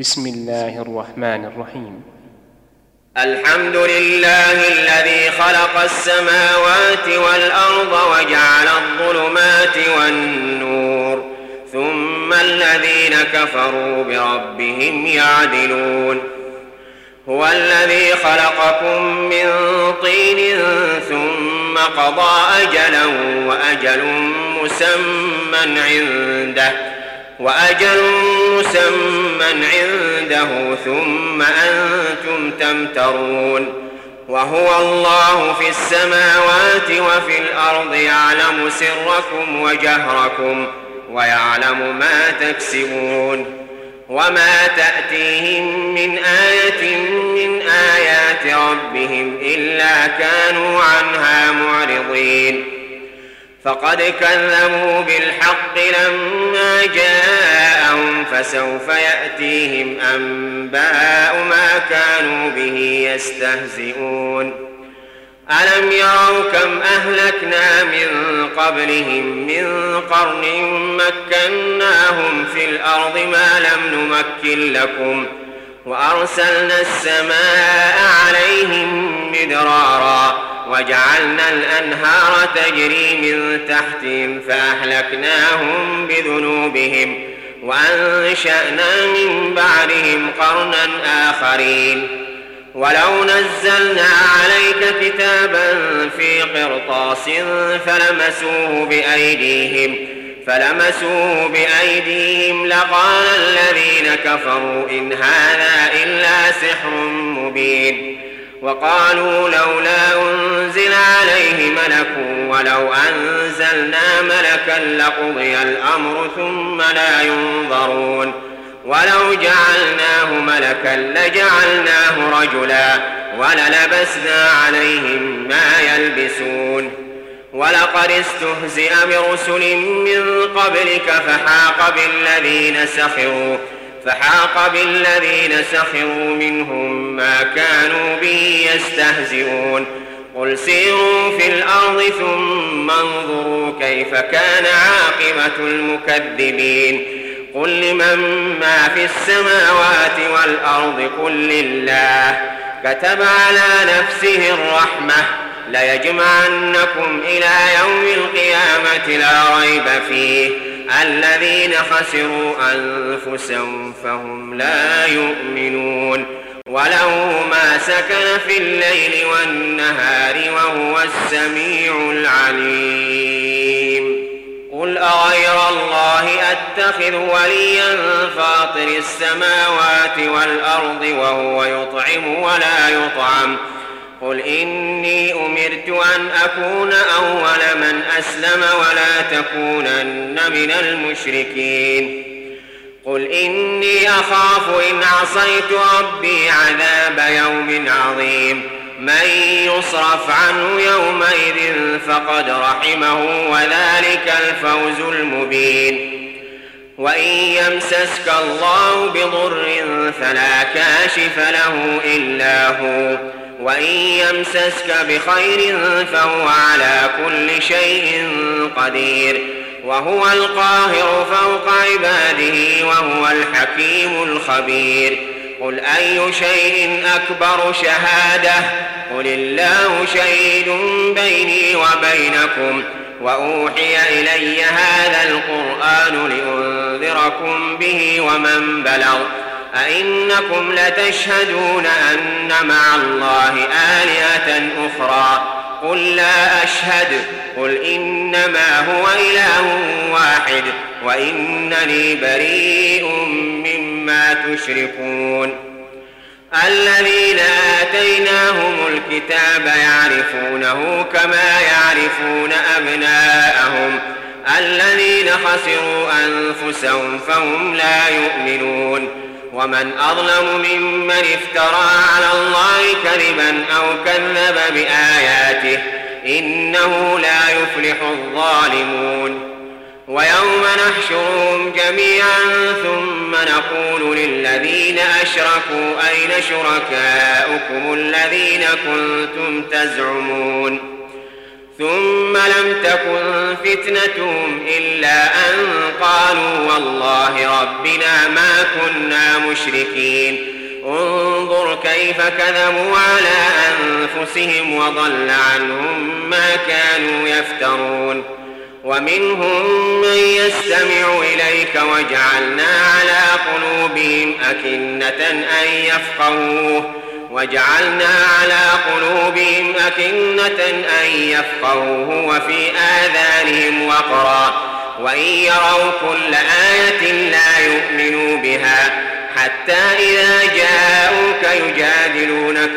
بسم الله الرحمن الرحيم. الحمد لله الذي خلق السماوات والأرض وجعل الظلمات والنور ثم الذين كفروا بربهم يعدلون. هو الذي خلقكم من طين ثم قضى أجلا وأجل مسمى عنده ثم أنتم تمترون. وهو الله في السماوات وفي الأرض يعلم سركم وجهركم ويعلم ما تكسبون. وما تأتيهم من آية من آيات ربهم إلا كانوا عنها معرضين. فقد كذبوا بالحق لما جاءهم فسوف يأتيهم أنباء ما كانوا به يستهزئون. ألم يروا كم أهلكنا من قبلهم من قرن مكناهم في الأرض ما لم نمكن لكم وأرسلنا السماء عليهم مدرارا وجعلنا الأنهار تجري من تحتهم فأهلكناهم بذنوبهم وأنشأنا من بعدهم قرنا آخرين. ولو نزلنا عليك كتابا في قرطاس فلمسوه بأيديهم لقال الذين كفروا إن هذا إلا سحر مبين. وقالوا لولا أنزل عليه ملك ولو أنزلنا ملكا لقضي الأمر ثم لا ينظرون. ولو جعلناه ملكا لجعلناه رجلا وللبسنا عليهم ما يلبسون. ولقد استهزئ برسل من قبلك فحاق بالذين سخروا منهم ما كانوا به يستهزئون. قل سيروا في الأرض ثم انظروا كيف كان عاقبة المكذبين. قل لمن ما في السماوات والأرض قل لله كتب على نفسه الرحمة ليجمعنكم إلى يوم القيامة لا ريب فيه الذين خسروا أنفسهم فهم لا يؤمنون. وله ما سكن في الليل والنهار وهو السميع العليم. قل أغير الله أتخذ وليا فاطر السماوات والأرض وهو يطعم ولا يطعم. قل إني أمرت أن أكون أول من أسلم ولا تكونن من المشركين. قل إني أخاف إن عصيت ربي عذاب يوم عظيم. من يصرف عنه يومئذ فقد رحمه وذلك الفوز المبين. وإن يمسسك الله بضر فلا كاشف له إلا هو وإن يمسسك بخير فهو على كل شيء قدير. وهو القاهر فوق عباده وهو الحكيم الخبير. قل أي شيء أكبر شهادة قل الله شهيد بيني وبينكم وأوحي إلي هذا القرآن لأنذركم به ومن بلغ. أئنكم لتشهدون أن مع الله آلهة أخرى قل لا أشهد. قل إنما هو إله واحد وإنني بريء مما تشركون. الذين آتيناهم الكتاب يعرفونه كما يعرفون أبناءهم الذين خسروا أنفسهم فهم لا يؤمنون. ومن أظلم ممن افترى على الله كذبا أو كذب بآياته إنه لا يفلح الظالمون. ويوم نحشرهم جميعا ثم نقول للذين أشركوا أين شركاؤكم الذين كنتم تزعمون ثم لم تكن فتنتهم إلا أن قالوا والله ربنا ما كنا مشركين. انظر كيف كذبوا على أنفسهم وضل عنهم ما كانوا يفترون. ومنهم من يستمع إليك وجعلنا على قلوبهم أكنة أن يفقهوه وفي آذانهم وقرا وإن يروا كل آية لا يؤمنوا بها حتى إذا جاءوك يجادلونك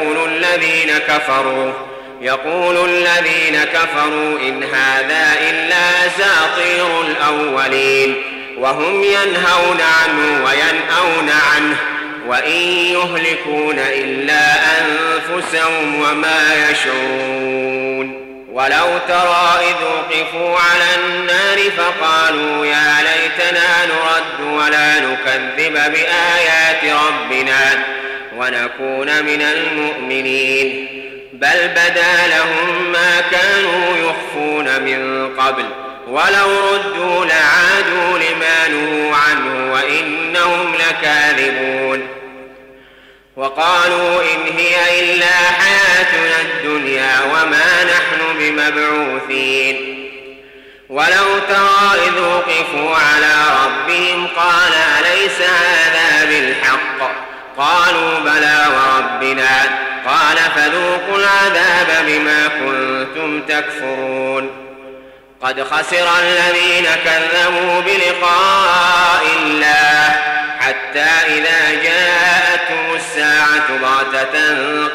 يقول الذين كفروا إن هذا إلا أساطير الأولين وهم ينهون عنه وينأون عنه وإن يهلكون إلا أنفسهم وما يشعرون. ولو ترى إذ وقفوا على النار فقالوا يا ليتنا نرد ولا نكذب بآيات ربنا ونكون من المؤمنين بل بدا لهم ما كانوا يخفون من قبل ولو ردوا لعادوا لما نهوا عنه وإنهم لكاذبون. وقالوا إن هي إلا حياتنا الدنيا وما نحن بمبعوثين. ولو ترى إذ وقفوا على ربهم قال أليس هذا بالحق قالوا بلى وربنا قال فذوقوا العذاب بما كنتم تكفرون. قد خسر الذين كذبوا بلقاء الله حتى إذا جاءتهم الساعة بغتة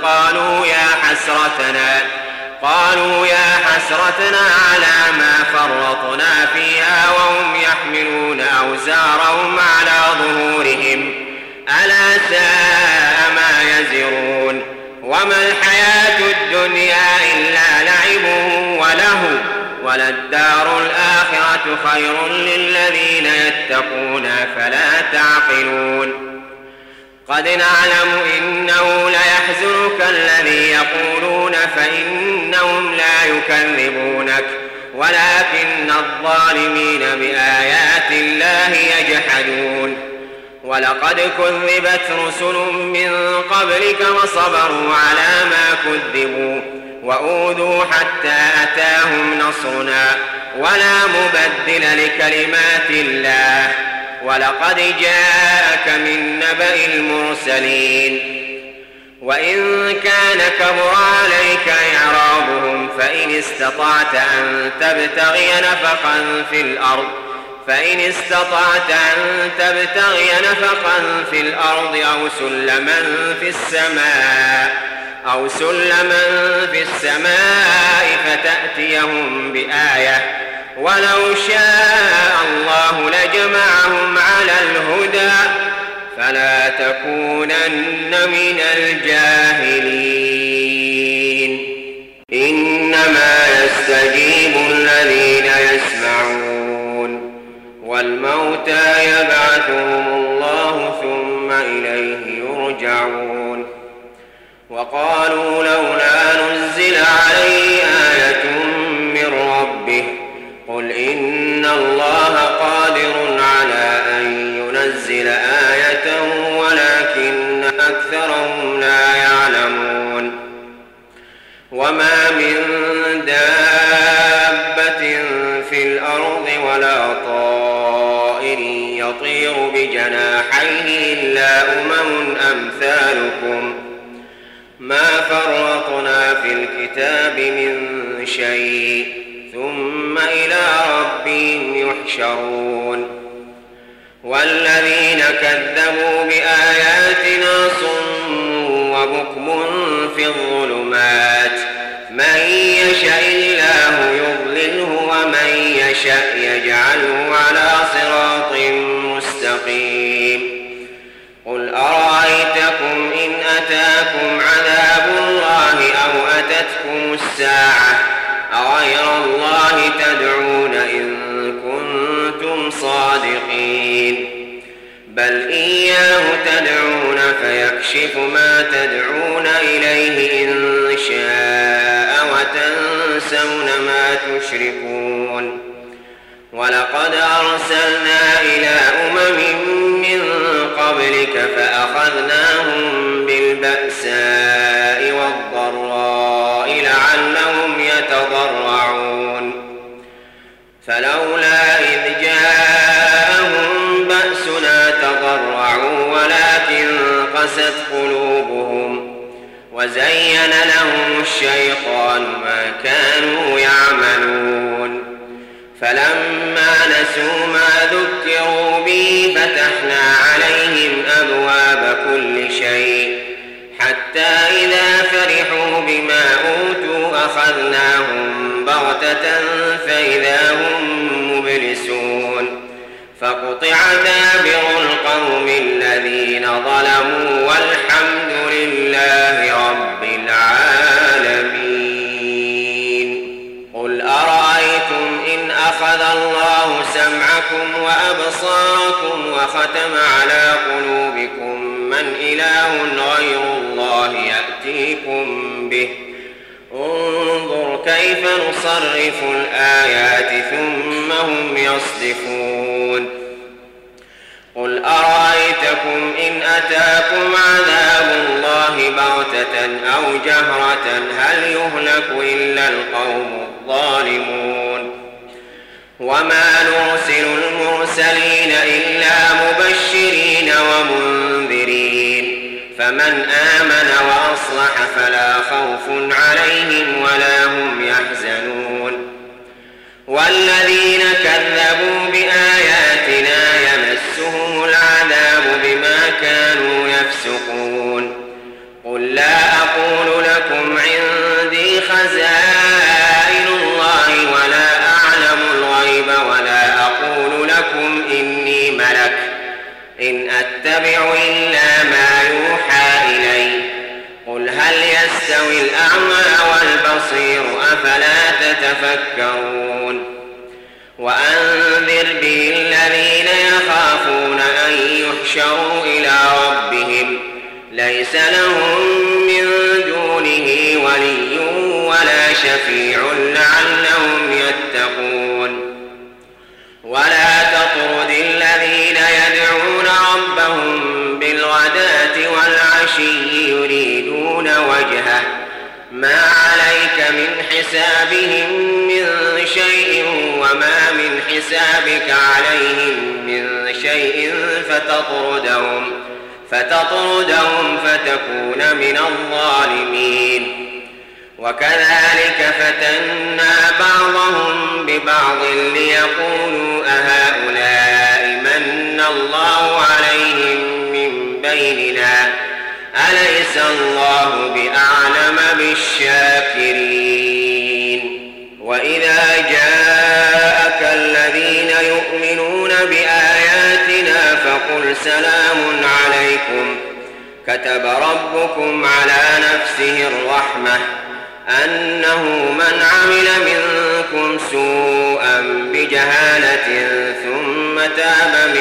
قالوا يا حسرتنا على ما فرطنا فيها وهم يحملون أوزارهم على ظهورهم ألا ساء ما يزرون. وما الحياة الدنيا إلا لعب ولهو وللدار الآخرة خير للذين يتقون فلا تعقلون. قد نعلم إنه ليحزنك الذي يقولون فإنهم لا يكذبونك ولكن الظالمين بآيات الله يجحدون. ولقد كذبت رسل من قبلك وصبروا على ما كذبوا وأوذوا حتى أتاهم نصرنا ولا مبدل لكلمات الله. ولقد جاءك من نبأ المرسلين. وإن كان كبر عليك إعراضهم فإن استطعت أن تبتغي نفقا في الأرض أو سلما في السماء فتأتيهم بآية ولو شاء الله لجمعهم على الهدى فلا تكونن من الجاهلين. إنما يستجيب الذين يسمعون والموتى يبعثهم الله ثم إليه يرجعون. وقالوا لولا نزل عليه آية من ربه قل إن الله قادر على أن ينزل آية ولكن أكثرهم لا يعلمون. وما من دابة في الأرض ولا طائر يطير بجناحيه إلا أمثالكم ما فرطنا في الكتاب من شيء ثم إلى ربهم يحشرون. والذين كذبوا بآياتنا صم وبكم في الظلمات من يشاء الله يضلله ومن يشاء يجعله على صراط مستقيم. قل أرأيتكم إن أتاكم عذاب الله أو أتتكم الساعة أغير الله تدعون إن كنتم صادقين بل إياه تدعون فيكشف ما تدعون إليه إن شاء وتنسون ما تشركون ولقد أرسلنا إلى أمم من قبلك فأخذناهم بالبأساء والضراء لعلهم يتضرعون فلولا إذ جاءهم بأسنا تضرعوا ولكن قست قلوبهم وزين لهم الشيطان ما كانوا يعملون فلما نسوا ما ذكروا به فتحنا عليهم أبواب كل شيء حتى إذا فرحوا بما أوتوا أخذناهم بغتة فإذا هم مبلسون فقطع دابر القوم الذين ظلموا والحمد لله رب العالمين. قل أرأيتم إن أخذ الله سمعكم وأبصاركم وختم على قلوبكم من إله غير الله يأتيكم به انظر كيف نصرف الآيات ثم هم يصدفون قل أرأيتكم إن أتاكم عذاب الله بغتة أو جهرة هل يهلك إلا القوم الظالمون وما نرسل المرسلين إلا مبشرين ومنذرين فمن آمن وأصلح فلا خوف عليهم ولا هم يحزنون والذين كذبوا بآياتنا يمسهم العذاب بما كانوا يفسقون قل لا أقول لكم عندي خزائن الله ولا أعلم الغيب ولا أقول لكم إني ملك إن أتبع إلا ما يوحى إلي قل هل يستوي الأعمى والبصير أفلا تتفكرون وأنذر به الذين يخافون أن يحشروا إلى ربهم ليس لهم من دونه ولي ولا شفيع لعلهم يتقون ولا تطرد الذين يدعون ربهم بالغداة والعشي يريدون وجهه ما عليك من حسابهم من شيء وما من حسابك عليهم من شيء فتطردهم فتكون من الظالمين وكذلك فتنا بعضهم ببعض ليقولوا أهؤلاء من الله عليهم من بيننا أليس الله بأعلم بالشاكرين وإذا جاءك الذين يؤمنون بآياتنا فقل سلام عليكم كتب ربكم على نفسه الرحمة أنه من عمل منكم سوءا بجهالة ثم تاب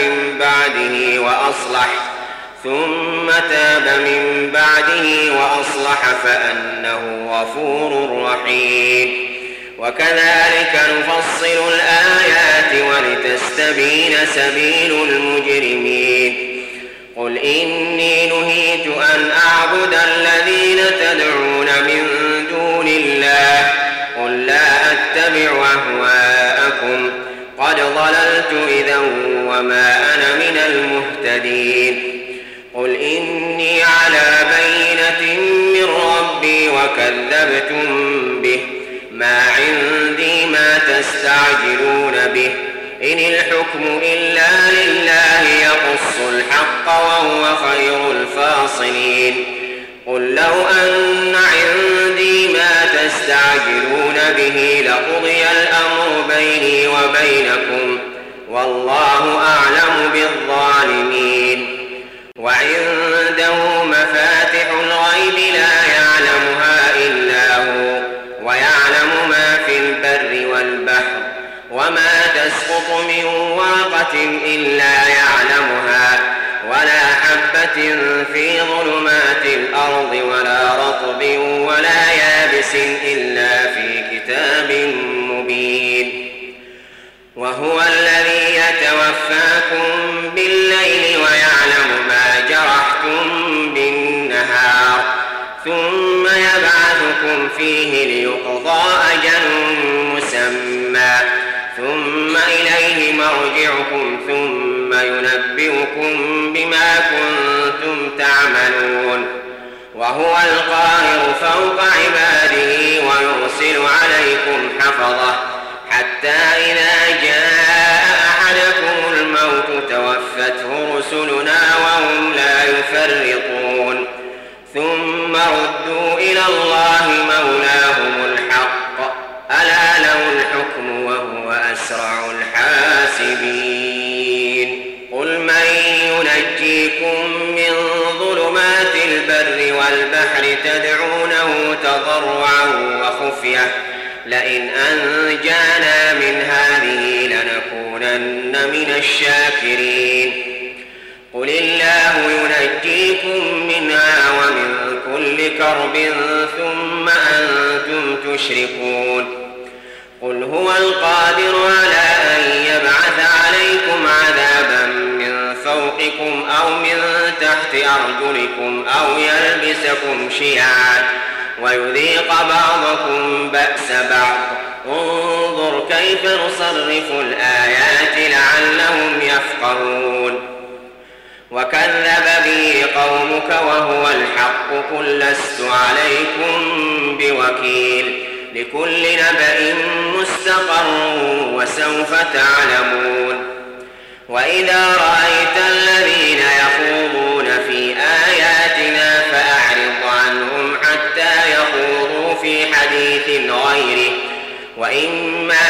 من بعده وأصلح فأنه غفور رحيم وكذلك نفصل الآيات ولتستبين سبيل المجرمين قل إني نهيت أن أعبد الذين تدعون من دون الله قل لا أتبع أهواءكم قد ضللت إذا وما أنا من المهتدين قل إني على بينة من ربي وكذبتم به ما عندي ما تستعجلون به إن الحكم إلا لله يقص الحق وهو خير الفاصلين قل لو أن عندي ما تستعجلون به لقضي الأمر بيني وبينكم والله أعلم بالظالمين وعنده مفاتح الغيب لا يعلمها إلا هو ويعلم ما في البر والبحر وما تسقط من ورقة إلا يعلمها ولا حبة حبة في ظلمات الأرض ولا رطب ولا يابس إلا في كتاب مبين. وهو الذي يتوفاكم بالليل ويعلم ما جرحتم بالنهار ثم يبعثكم فيه ليقضى أجل مسمى ثم إليه مرجعكم ثم ينبئكم بما كنتم تعملون. وهو القاهر فوق عباده ويرسل عليكم حفظه حتى إذا جاء أحدكم الموت توفته رسلنا وهم لا يفرطون ثم ردوا إلى الله مولاهم الحق ألا له الحكم وهو أسرع الحاسبين. قل من ينجيكم من ظلمات البر والبحر تدعونه تضرعا وخفية لئن أنجانا من هذه لنكونن من الشاكرين. قل الله ينجيكم منها ومن كل كرب ثم أنتم تشركون. قل هو القادر على أن يبعث عليكم عذابا من فوقكم أو من تحت أرجلكم أو يلبسكم شيعا ويذيق بعضكم بأس بعض انظر كيف نصرف الآيات لعلهم يفقهون. وكذب به قومك وهو الحق قل لست عليكم بوكيل لكل نبأ مستقر وسوف تعلمون. وإذا رأيت الذين يخوضون في آياتنا فأعرض عنهم حتى يخوضوا في حديث غيره وإما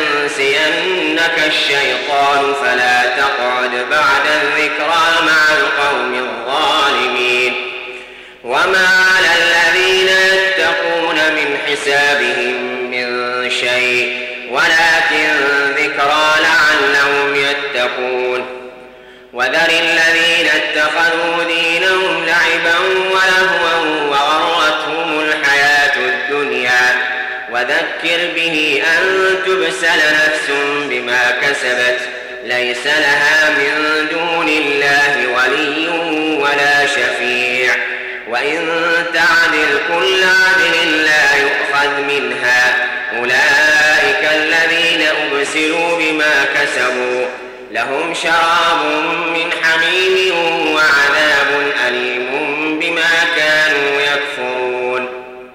ينسينك الشيطان فلا تقعد بعد الذكرى مع القوم الظالمين. وما على الذين يتقون من حسابهم من شيء ولكن ذكرى لعلهم يتقون. وذر الذين اتخذوا دينهم لعبا ولهوا وغرتهم الحياة الدنيا وذكر به أن تبسل نفس بما كسبت ليس لها من دون الله ولي ولا شفيع وإن تعدل كل عدل لا يؤخذ منها أولئك الذين أبسلوا بما كسبوا لهم شراب من حميم وعذاب أليم بما كانوا يكفرون.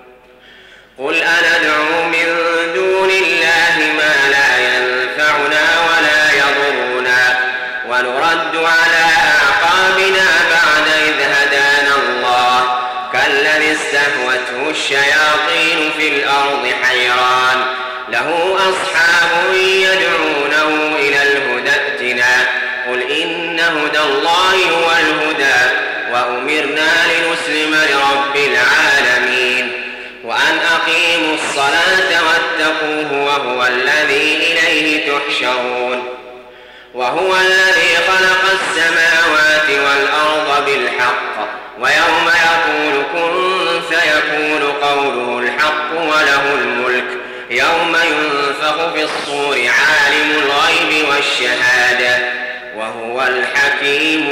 قل أندعو من دون الله ما لا ينفعنا ولا يضرنا ونرد على أعقابنا بعد إذ هدانا الله كالذي استهوته الشياطين في الأرض حيران له أصحاب يدعونه إلى الهدى ائتنا قل إن هدى الله هو الهدى وأمرنا لنسلم لرب العالمين وأن أقيموا الصلاة واتقوه وهو الذي إليه تحشرون. وهو الذي خلق السماوات والأرض بالحق ويوم يقول كن فيكون قوله الحق وله الملك يوم ينفخ في الصور عالم الغيب والشهادة وهو الحكيم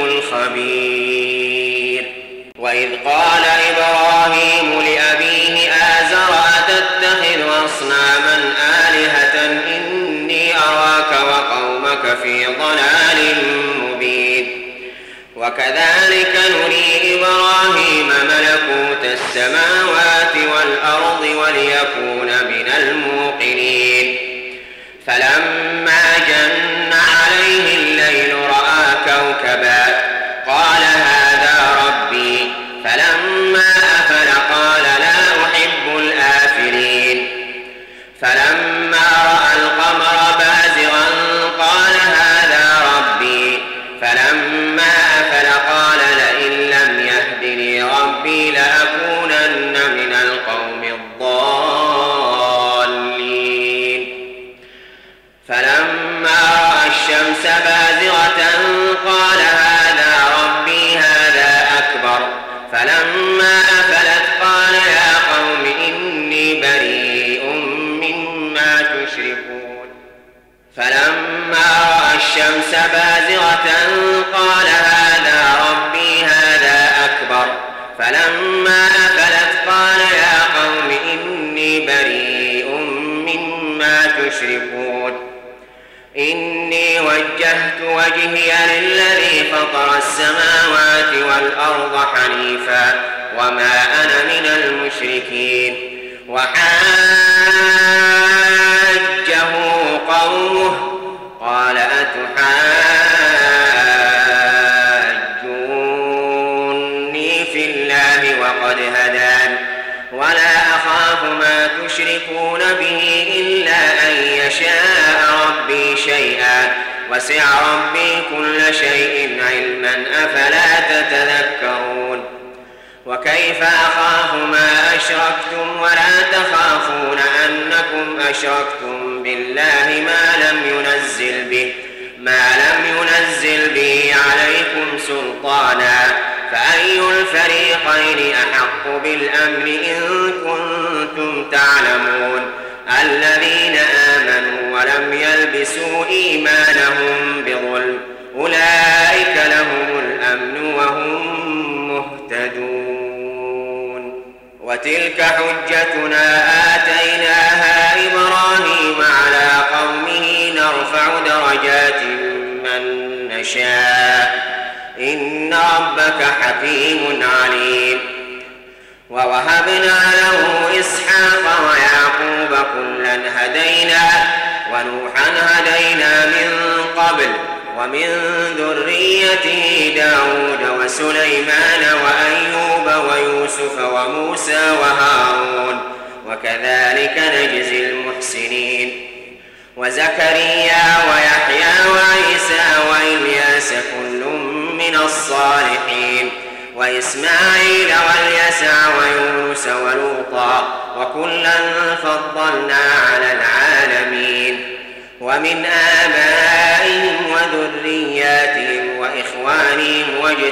الخبير. وإذ قال إبراهيم لأبيه آزر أتتخذ أصناما آلهة إني أراك وقومك في ضلال مبين. وكذلك نري إبراهيم ملكوت السماوات والأرض وليكون من الموقنين. فلما جن عليه الليل رأى كوكبا قال هذا ربي فلما أفل قال لا أحب الآفلين. فلما رأى القمر بازغا قال هذا ربي فلما أفل قال لئن لم يهدني ربي لأكونن من القوم الضالين. فلا فلما أفلت قال يا قوم إني بريء مما تشركون فلما رأى الشمس بازغة قال هذا ربي هذا أكبر فلما أفلت قال يا قوم إني بريء مما تشركون إني وجهت وجهي للذي فطر السماوات والأرض حنيفا وما أنا من المشركين وحاجه قومه قال أتحاجوني في الله وقد هدان ولا أخاف ما تشركون به إلا أن يشاء ربي شيئا وسع ربي كل شيء علما أفلا تتذكرون وكيف أخاف ما أشركتم ولا تخافون أنكم أشركتم بالله ما لم ينزل به عليكم سلطانا فأي الفريقين أحق بالأمن إن كنتم تعلمون الذين آمنوا ولم يلبسوا إيمانهم بظلم أولئك لهم الأمن وهم مهتدون وتلك حجتنا آتيناها إبراهيم على قومه نرفع درجات من نشاء إن ربك حكيم عليم ووهبنا له إسحاق ويعقوب كلا هدينا ونوحا هدينا من قبل ومن ذريته داود وسليمان وأيوب ويوسف وموسى وهارون وكذلك نجزي المحسنين وزكريا ويحيى وعيسى وإلياس كل من الصالحين وإسماعيل واليسع ويونس ولوطا وكلا فضلنا على العالمين ومن آبائهم وذرياتهم وإخوانهم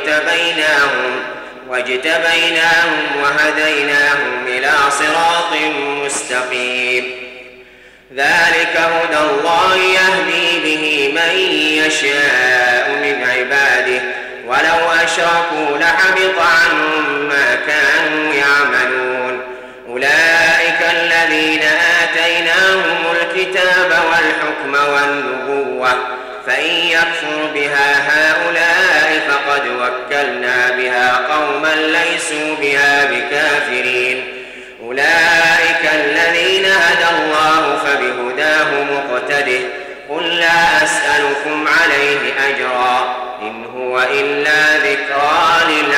واجتبيناهم وهديناهم إلى صراط مستقيم ذلك هدى الله يهدي به من يشاء من عباده ولو أشركوا لحبط عنهم ما كانوا يعملون أولئك الذين آتيناهم الكتاب والحكم والنبوة فإن يكفر بها هؤلاء فقد وكلنا بها قوما ليسوا بها بكافرين أولئك الذين هدى الله فبهداه مقتده قل لا أسألكم عليه أجرا إن هو إلا ذكرى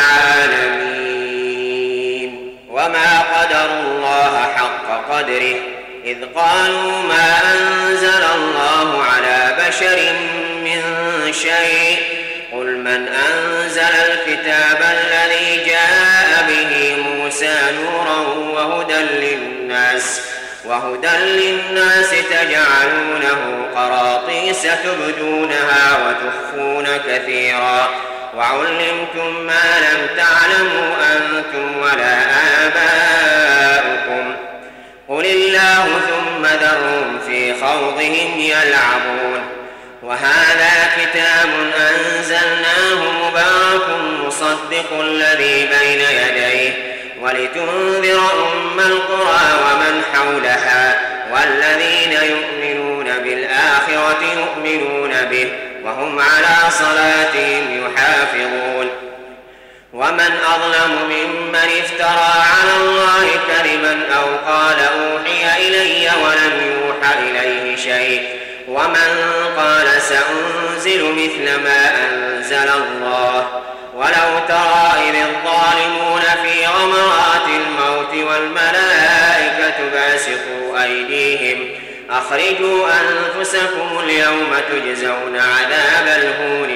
للعالمين وما قدروا الله حق قدره إذ قالوا ما أنزل الله على بشر من شيء قل من أنزل الكتاب الذي جاء به موسى نورا وهدى للناس تجعلونه قراطيس تبدونها وتخفون كثيرا وعلمتم ما لم تعلموا أنتم ولا آباؤكم قل الله ثم ذرهم في خوضهم يلعبون وهذا كتاب أنزلناه مبارك مصدق الذي بين يديه ولتنذر أم القرى ومن حولها والذين يؤمنون بالآخرة يؤمنون به وهم على صلاتهم يحافظون ومن أظلم ممن افترى على الله كذبا أو قال أوحي إلي ولم يوحى إليه شيء ومن قال سأنزل مثل ما أنزل الله ولو ترى إذ الظالمون في غمرات الموت والملائكة باسطوا أيديهم أخرجوا أنفسكم اليوم تجزون عذاب الهون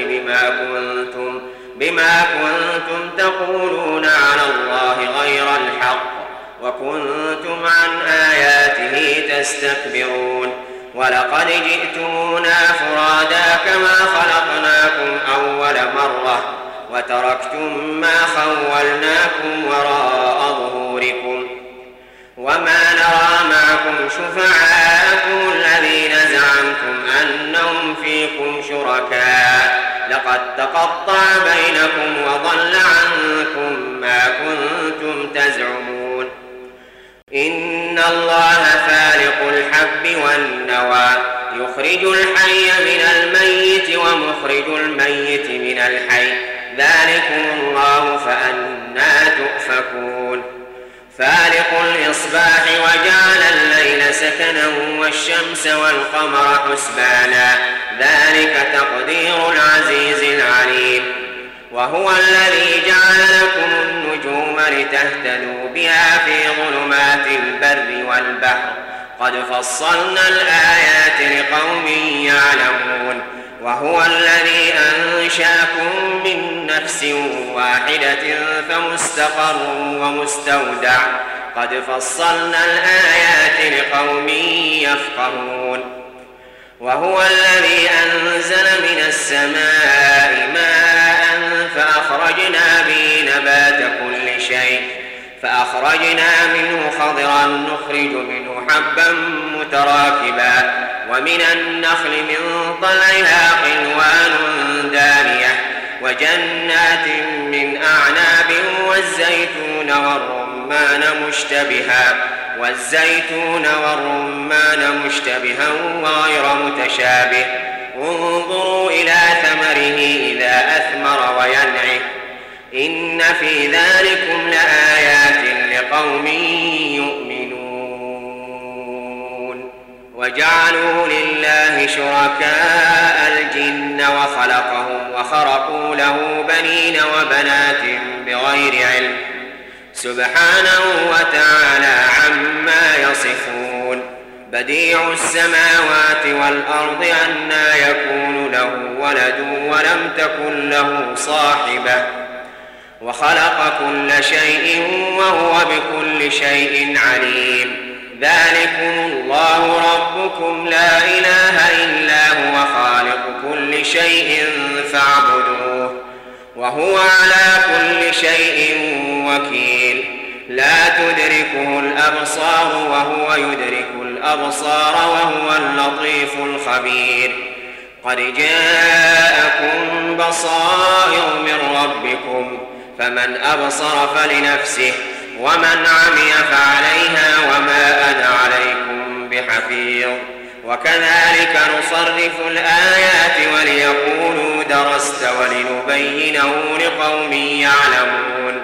بما كنتم تقولون على الله غير الحق وكنتم عن آياته تستكبرون ولقد جئتمونا فرادا كما خلقناكم أول مرة وتركتم ما خولناكم وراء ظهوركم وما نرى معكم شفعاءكم الذين زعمتم أنهم فيكم شركاء لقد تقطع بينكم وضل عنكم ما كنتم تزعمون إن الله فالق الحب والنوى يخرج الحي من الميت ومخرج الميت من الحي ذلكم الله فأنى تؤفكون فالق الإصباح وجعل الليل سكنا والشمس والقمر حسبانا ذلك تقدير العزيز العليم وهو الذي جعل لكم النجوم لتهتدوا بها في ظلمات البر والبحر قد فصلنا الآيات لقوم يعلمون وهو الذي أنشأكم من نفس واحدة فمستقر ومستودع قد فصلنا الآيات لقوم يفقهون وهو الذي أنزل من السماء ماء فأخرجنا به نبات كل شيء فأخرجنا منه خضرا نخرج منه حبا متراكبا ومن النخل من طلعها قنوان دانية وجنات من أعناب والزيتون والرمان مشتبها وغير متشابه انظروا إلى ثمره إذا أثمر وينعه إن في ذلكم لآيات لقوم يؤمنون وجعلوا لله شركاء الجن وخلقهم وخرقوا له بنين وبنات بغير علم سبحانه وتعالى عما يصفون بديع السماوات والأرض أنى يكون له ولد ولم تكن له صاحبة وخلق كل شيء وهو بكل شيء عليم ذلكم الله ربكم لا إله إلا هو خالق كل شيء فاعبدوه وهو على كل شيء وكيل لا تدركه الأبصار وهو يدرك الأبصار وهو اللطيف الخبير قد جاءكم بصائر من ربكم فمن أبصر فلنفسه ومن عمي فعليها وما أنا عليكم بحفيظ وكذلك نصرف الآيات وليقولوا درست ولنبينه لقوم يعلمون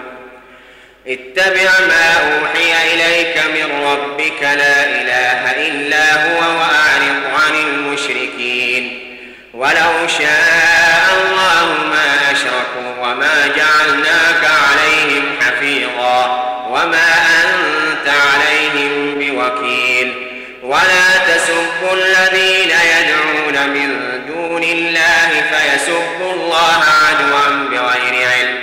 اتبع ما أوحي إليك من ربك لا إله إلا هو وأعرض عن المشركين ولو شاء الله ما أشركوا وما جعلناك عليهم حفيظا وما أنت عليهم بوكيل ولا تسبوا الذين يدعون من دون الله فيسبوا الله عدوا بغير علم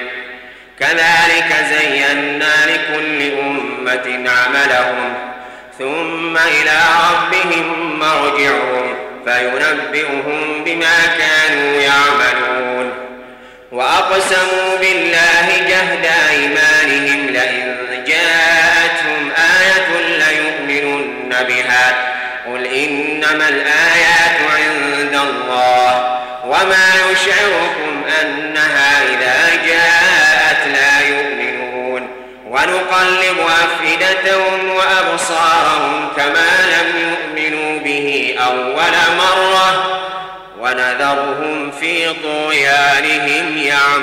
كذلك زينا لكل أمة عملهم ثم إلى ربهم مرجعهم فينبئهم بما كانوا يعملون وأقسموا بالله جهد أيمانهم لئن جاءتهم آية ليؤمنن بها قل إنما الآيات عند الله وما يشعركم أنها إذا جاءت لا يؤمنون ونقلب أفئدتهم وأبصارهم كما لم يؤمنوا به أول مرة ونذرهم في طغيانهم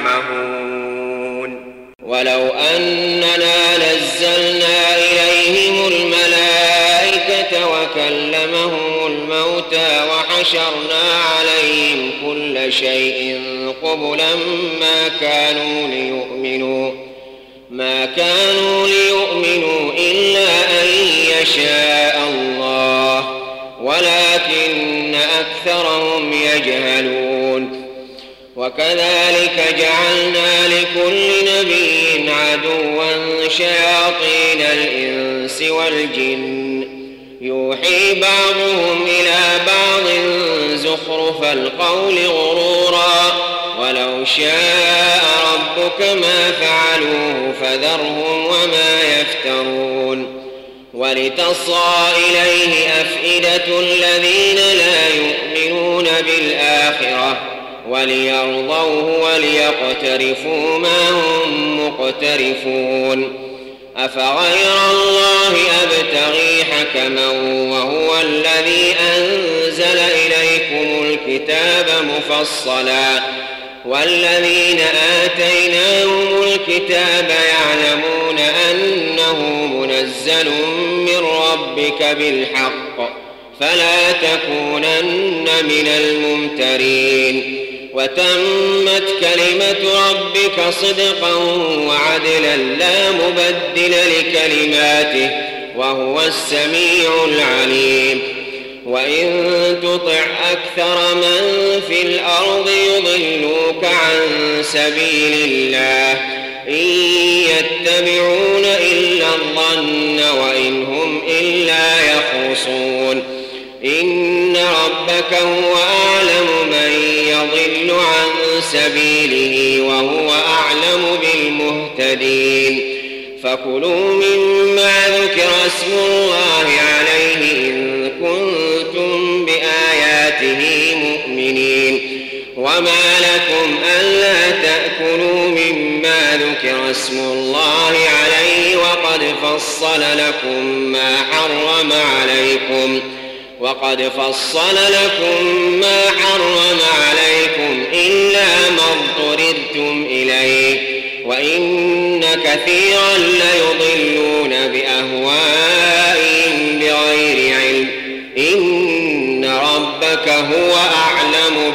يعمهون ولو أننا نزلنا إليهم الملائكة وكلمهم الموتى وحشرنا عليهم كل شيء قبلا ما كانوا ليؤمنوا إلا أن يشاء الله ولكن أكثرهم يجهلون وكذلك جعلنا لكل نبي عدوا شياطين الإنس والجن يوحي بعضهم إلى بعض زخرف القول غرورا ولو شاء ربك ما فعلوه فذرهم وما يفترون ولتصغى إليه أفئدة الذين لا يؤمنون بالآخرة وليرضوه وليقترفوا ما هم مقترفون أفغير الله أبتغي حكما وهو الذي أنزل إليكم الكتاب مفصلا والذين آتيناهم الكتاب يعلمون أنه منزل من ربك بالحق فلا تكونن من الممترين وتمت كلمة ربك صدقا وعدلا لا مبدل لكلماته وهو السميع العليم وإن تطع أكثر من في الأرض يضلوك عن سبيل الله إن يتبعون إلا الظن وإن هم إلا يخرصون إن ربك هو أعلم من يضل عن سبيله وهو أعلم بالمهتدين فكلوا مما ذكر اسم الله عليه إن كنتم بآياته مؤمنين وما لكم ألا تأكلوا مما ذكر اسم الله عليه وقد فصل لكم ما حرم عليكم إلا ما اضطررتم إليه وإن كثيرا ليضلون بأهوائهم بغير علم إن ربك هو أعلم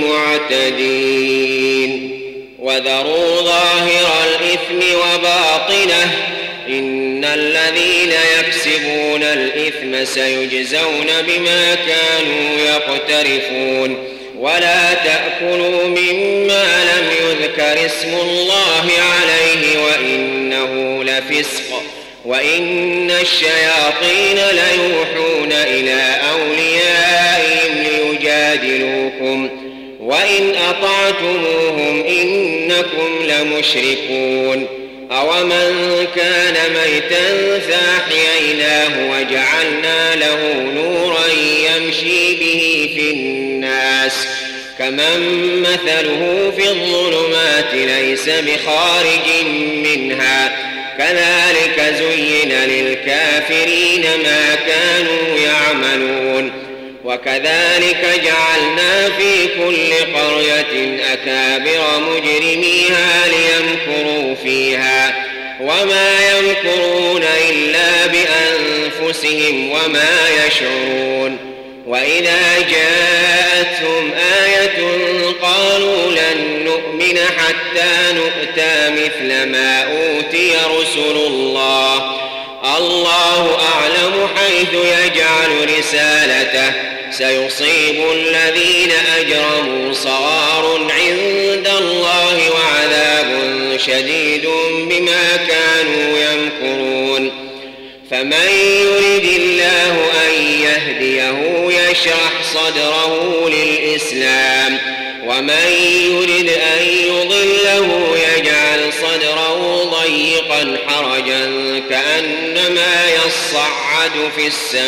بالمعتدين وذروا ظاهر الإثم وباطنه إن الذين يكسبون الإثم سيجزون بما كانوا يقترفون ولا تأكلوا مما لم يذكر اسم الله عليه وإنه لفسق وإن الشياطين ليوحون إلى أوليائهم ليجادلوكم وإن أطعتموهم إنكم لمشركون أومن كان ميتا فأحييناه وجعلنا له نورا يمشي به في الناس كمن مثله في الظلمات ليس بخارج منها كذلك زين للكافرين ما كانوا يعملون وكذلك جعلنا في كل قرية أكابر مجرميها ليمكروا فيها وما يمكرون إلا بأنفسهم وما يشعرون وإذا جاءتهم آية قالوا لن نؤمن حتى نؤتى مثل ما أوتي رسل الله الله أعلم حيث يجعل رسالته سيصيب الذين أجرموا صغار عند الله وعذاب شديد بما كانوا يمكرون فمن يرد الله أن يهديه يشرح صدره للإسلام ومن يرد أن يضله يجعل صدره ضيقا حرجا كأنما يصعد في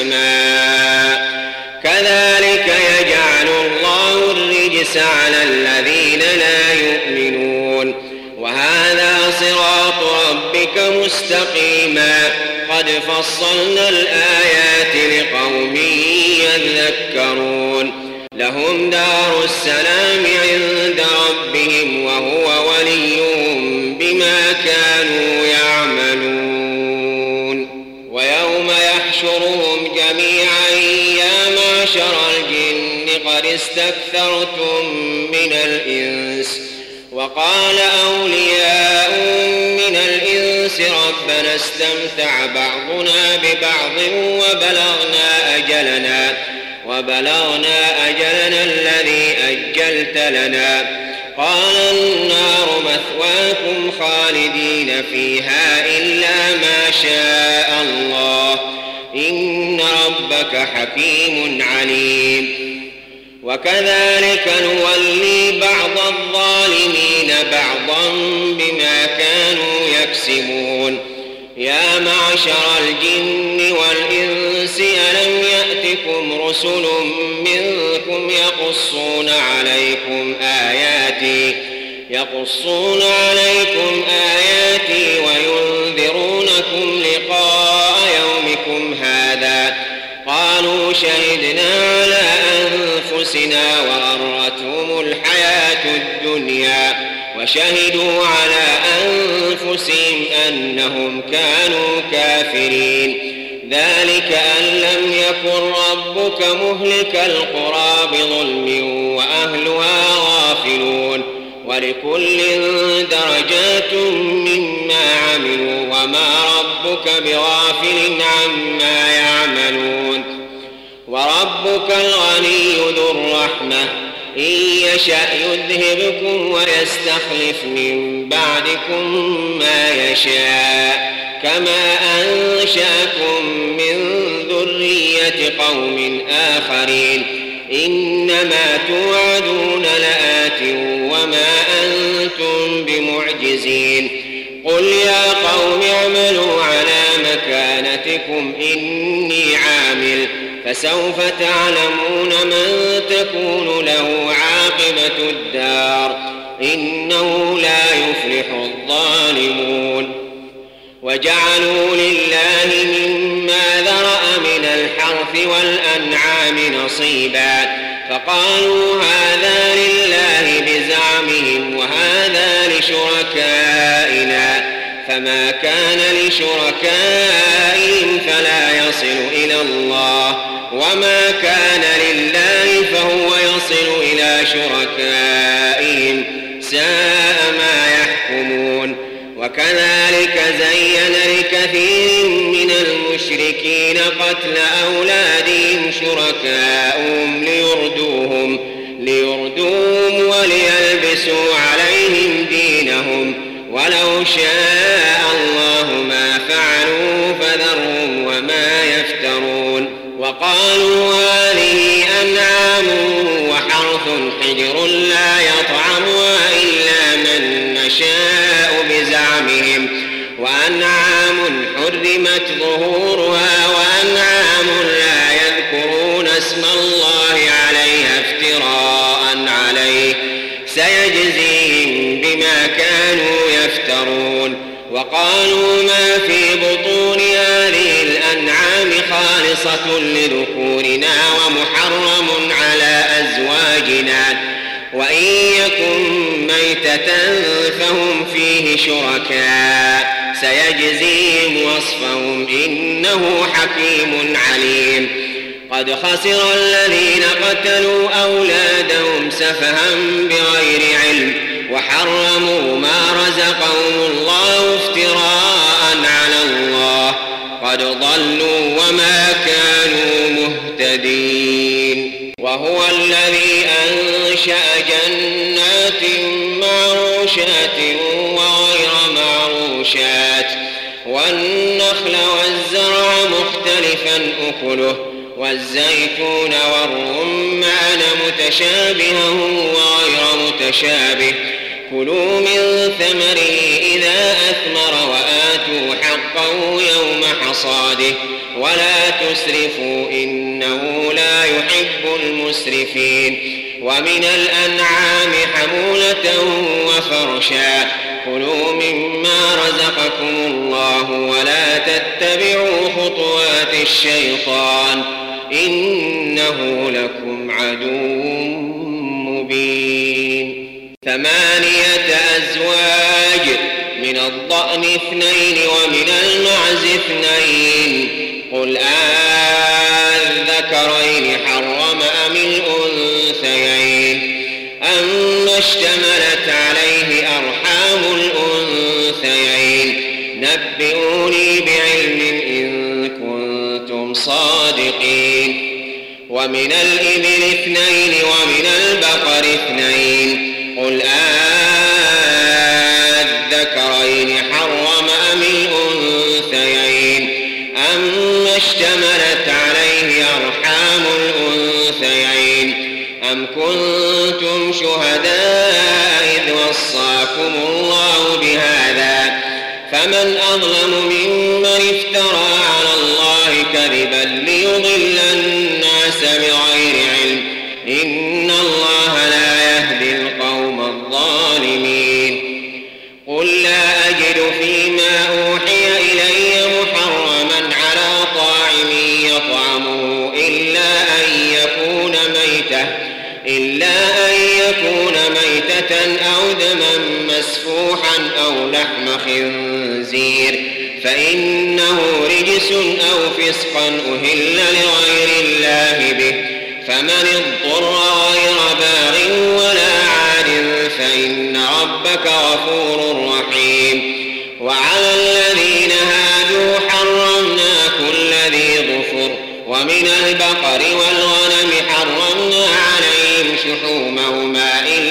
السماء كذلك يجعل الله الرجس على الذين لا يؤمنون وهذا صراط ربك مستقيما قد فصلنا الآيات لقوم يذكرون لهم دار السلام عند ربهم وهو وليهم بما كانوا يعملون ويوم يحشرهم جميعا يا معشر الجن قد استكثرتم من الإنس وقال أولياء من الإنس ربنا استمتع بعضنا ببعض وبلغنا أجلنا الذي أجلت لنا قال النار مثواكم خالدين فيها إلا ما شاء الله إن ربك حكيم عليم وكذلك نولي بعض الظالمين بعضا بما كانوا يكسبون يا معشر الجن والإنس ألم يأتكم رسل منكم يقصون عليكم آياتي وينذرونكم لقاء يومكم هذا قالوا شهدنا على أنفسنا وغرتهم الحياة الدنيا وشهدوا على أنفسهم أنهم كانوا كافرين ذلك أن لم يكن ربك مهلك القرى بظلم وأهلها غافلون ولكل درجات مما عملوا وما ربك بغافل عما يعملون وربك الغني ذو الرحمة إن يشأ يذهبكم ويستخلف من بعدكم ما يشاء كما أنشأكم من ذرية قوم آخرين إنما توعدون لآت وما أنتم بمعجزين قل يا قوم اعملوا على مكانتكم إني عامل فسوف تعلمون من تكون له عاقبة الدار إنه لا يفلح الظالمون وجعلوا لله مما ذرأ من الحرث والأنعام نصيبا فقالوا هذا لله بزعمهم وهذا لشركائنا فما كان لشركائهم فلا يصل إلى الله وما كان لله فهو يصل إلى شركائهم ساء ما يحكمون وكذلك زين لكثير من المشركين قتل أولادهم شركاؤهم ليردوهم وليلبسوا عليهم دينهم ولو شاء الله ما فعلوا فذرهم وما يفترون وقالوا هذه أنعام وحرث حجر لا يطعمها إلا من نشاء بزعمهم وأنعام حرمت ظهورها وأنعام لا يذكرون اسم الله عليها افتراء عليه سيجزيهم بما كانوا يفترون وقالوا ما في بطون هذه الأنعام خالصة لذكورنا ومحرم على أزواجنا وإن يكن ميتة فهم فيه شركاء سيجزيهم وصفهم إنه حكيم عليم قد خسر الذين قتلوا أولادهم سفها بغير علم وحرموا ما رزقهم الله افتراء على الله قد ضلوا وما كانوا مهتدين وهو الذي أنشأ جنات معروشات وغير معروشات والنخل والزرع مختلفا أكله والزيتون والرمان متشابها وغير متشابه كلوا من ثمره إذا أثمر وآتوا حقه يوم حصاده ولا تسرفوا إنه لا يحب المسرفين ومن الأنعام حمولة وفرشا كلوا مما رزقكم الله ولا تتبعوا خطوات الشيطان إنه لكم عدو مبين 8 أزواج من الضأن 2 ومن المعز 2 قل الذكرين حرم أم الأنثيين أما اشتملت عليه أرحام الأنثيين نبئوني بعلم إن كنتم صادقين ومن الإبل 2 ومن البقر 2 قل الذكرين حرم أم الأنثيين أما اشتملت عليه أرحام الأنثيين أم كنتم شهداء إذ وصاكم الله بهذا فمن أظلم ممن افترى على الله كذبا ليضل الناس بغير علم إن الله لا يهدي القوم الظالمين قل لا أجد فيما أوحي إلي محرما على طاعم يطعمه إلا أن يكون ميتة أو دما مسفوحا أو لحم خنزير فإنه رجس أو فسقا أهل لغير الله به فمن اضطر غير باغ ولا عاد فإن ربك غفور رحيم وعلى الذين هادوا حرمنا كل ذي ظفر ومن البقر والغنم حرمنا عليهم شحومهما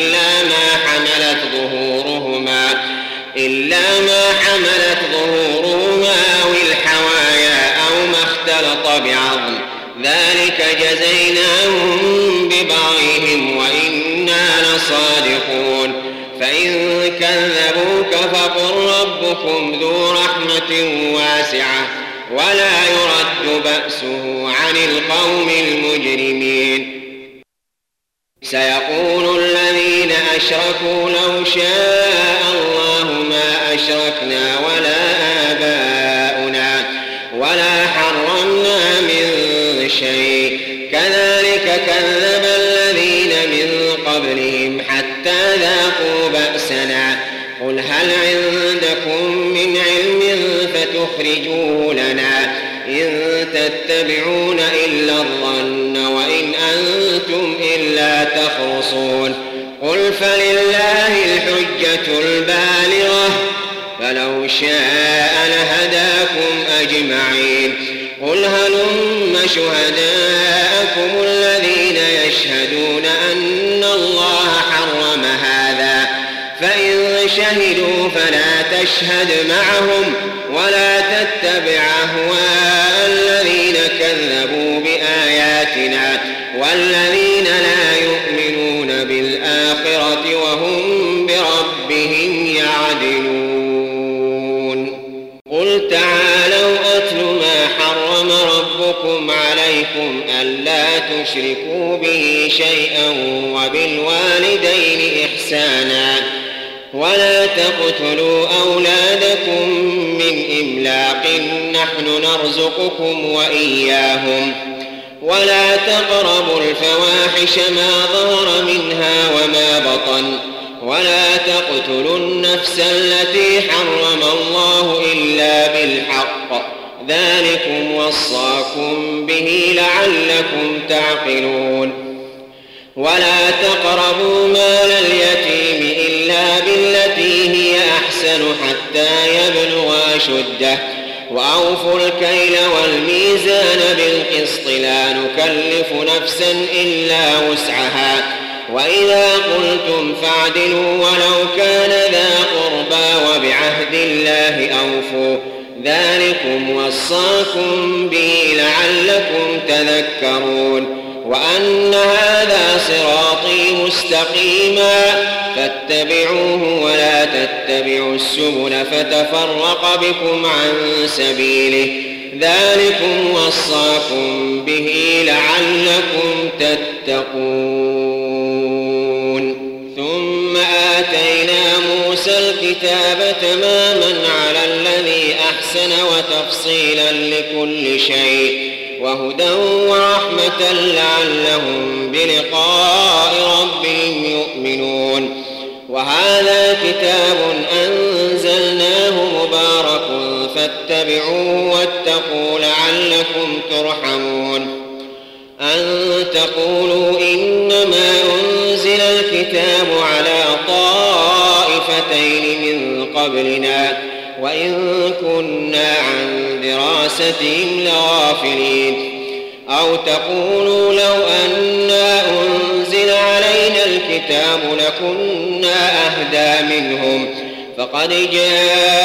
إلا ما حملت ظهورهما أو الحوايا أو ما اختلط بعظم ذلك جزيناهم ببغيهم وإنا لصادقون فإن كذبوك فقل ربكم ذو رحمة واسعة ولا يرد بأسه عن القوم المجرمين سيقول الذين أشركوا لو شاء الله ما أشركنا ولا آباؤنا ولا حرمنا من شيء كذلك كذب الذين من قبلهم حتى ذاقوا بأسنا قل هل عندكم من علم فتخرجوه لنا إن تتبعون إلا الظن وإن أنتم إلا تخرصون قل فلله الحجة البالغة فلو شاء لهداكم أجمعين قل هلم شهداءكم الذين يشهدون أن الله حرم هذا فإن شهدوا فلا تشهد معهم ولا تتبع أهواء الذين كذبوا بآياتنا والذين لا يؤمنون بالآخرة وهم بربهم يعدلون قل تعالوا أتل ما حرم ربكم عليكم ألا تشركوا به شيئا وبالوالدين إحسانا ولا تقتلوا أولادكم من إملاق نحن نرزقكم وإياهم ولا تقربوا الفواحش ما ظهر منها وما بطن ولا تقتلوا النفس التي حرم الله إلا بالحق ذلكم وصاكم به لعلكم تعقلون ولا تقربوا مال اليتيم إلا بالتي هي أحسن حتى يبلغ أشده وأوفوا الكيل والميزان بالقسط لا نكلف نفسا إلا وسعها وإذا قلتم فاعدلوا ولو كان ذا قربى وبعهد الله أوفوا ذلكم وصاكم به لعلكم تذكرون وأن هذا صراطي مستقيما فاتبعوه ولا تتبعوا السبل فتفرق بكم عن سبيله ذلكم وصاكم به لعلكم تتقون ثم آتينا موسى الكتاب تماما على الذي أحسن وتفصيلا لكل شيء وهدى ورحمة لعلهم بلقاء ربهم يؤمنون وهذا كتاب أنزلناه مبارك فاتبعوه واتقوا لعلكم ترحمون أن تقولوا إنما أنزل الكتاب على طائفتين من قبلنا وإن كنا عن دراستهم لغافلين أو تقولوا لو أنا أنزل علينا الكتاب لكنا أهدى منهم فقد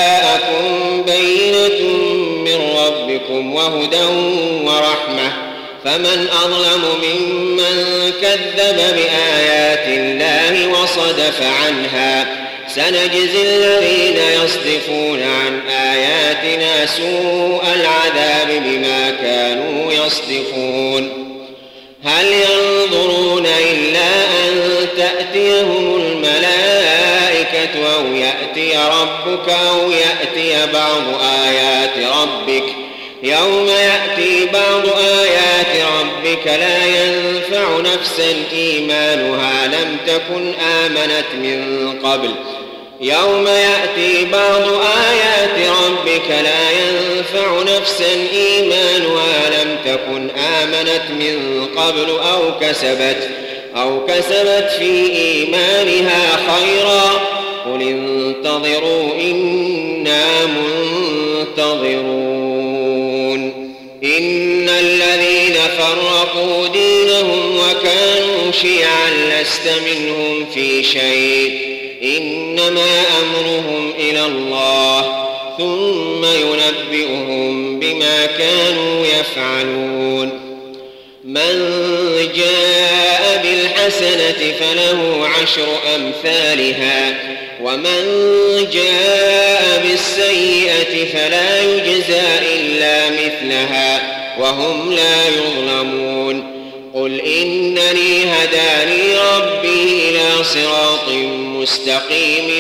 جاءكم بينة من ربكم وهدى ورحمة فمن أظلم ممن كذب بآيات الله وصدف عنها سنجزي الذين يصدفون عن آياتنا سوء العذاب بما كانوا يصدفون هل ينظرون إلا أن تأتيهم الملائكة أو يأتي ربك أو يأتي بعض آيات ربك يوم يأتي بعض آيات ربك لا ينفع نفسا إيمانها لم تكن آمنت من قبل يوم يأتي بعض آيات ربك لا ينفع نفسا إيمانها لم تكن آمنت من قبل أو كسبت في إيمانها خيرا قل انتظروا إنا منتظرون إن الذين فرقوا دينهم وكانوا شيعا لست منهم في شيء إنما أمرهم إلى الله ثم ينبئهم بما كانوا يفعلون من جاء بالحسنة فله 10 أمثالها ومن جاء بالسيئة فلا يجزى إلا مثلها وهم لا يظلمون قل إنني هداني ربي إلى صراط مستقيم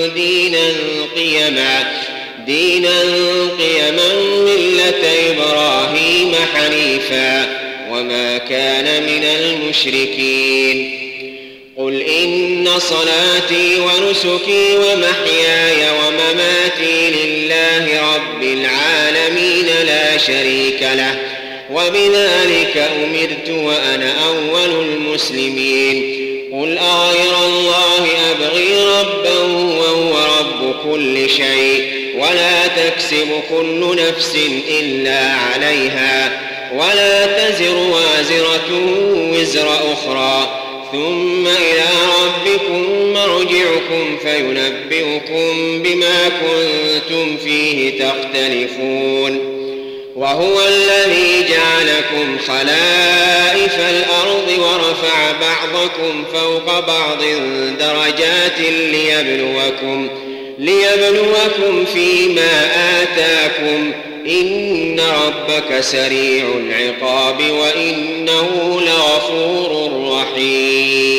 دينا قيما ملة إبراهيم حنيفا وما كان من المشركين قل إن صلاتي ونسكي ومحياي ومماتي لله رب العالمين لا شريك له وبذلك أمرت وأنا أول المسلمين قل أغير الله أبغي ربا وهو رب كل شيء ولا تكسب كل نفس إلا عليها ولا تزر وازرة وزر أخرى ثم إلى ربكم مرجعكم فينبئكم بما كنتم فيه تختلفون وهو الذي جعلكم خلائف الأرض ورفع بعضكم فوق بعض درجات ليبلوكم فيما آتاكم إن ربك سريع العقاب وإنه لغفور رحيم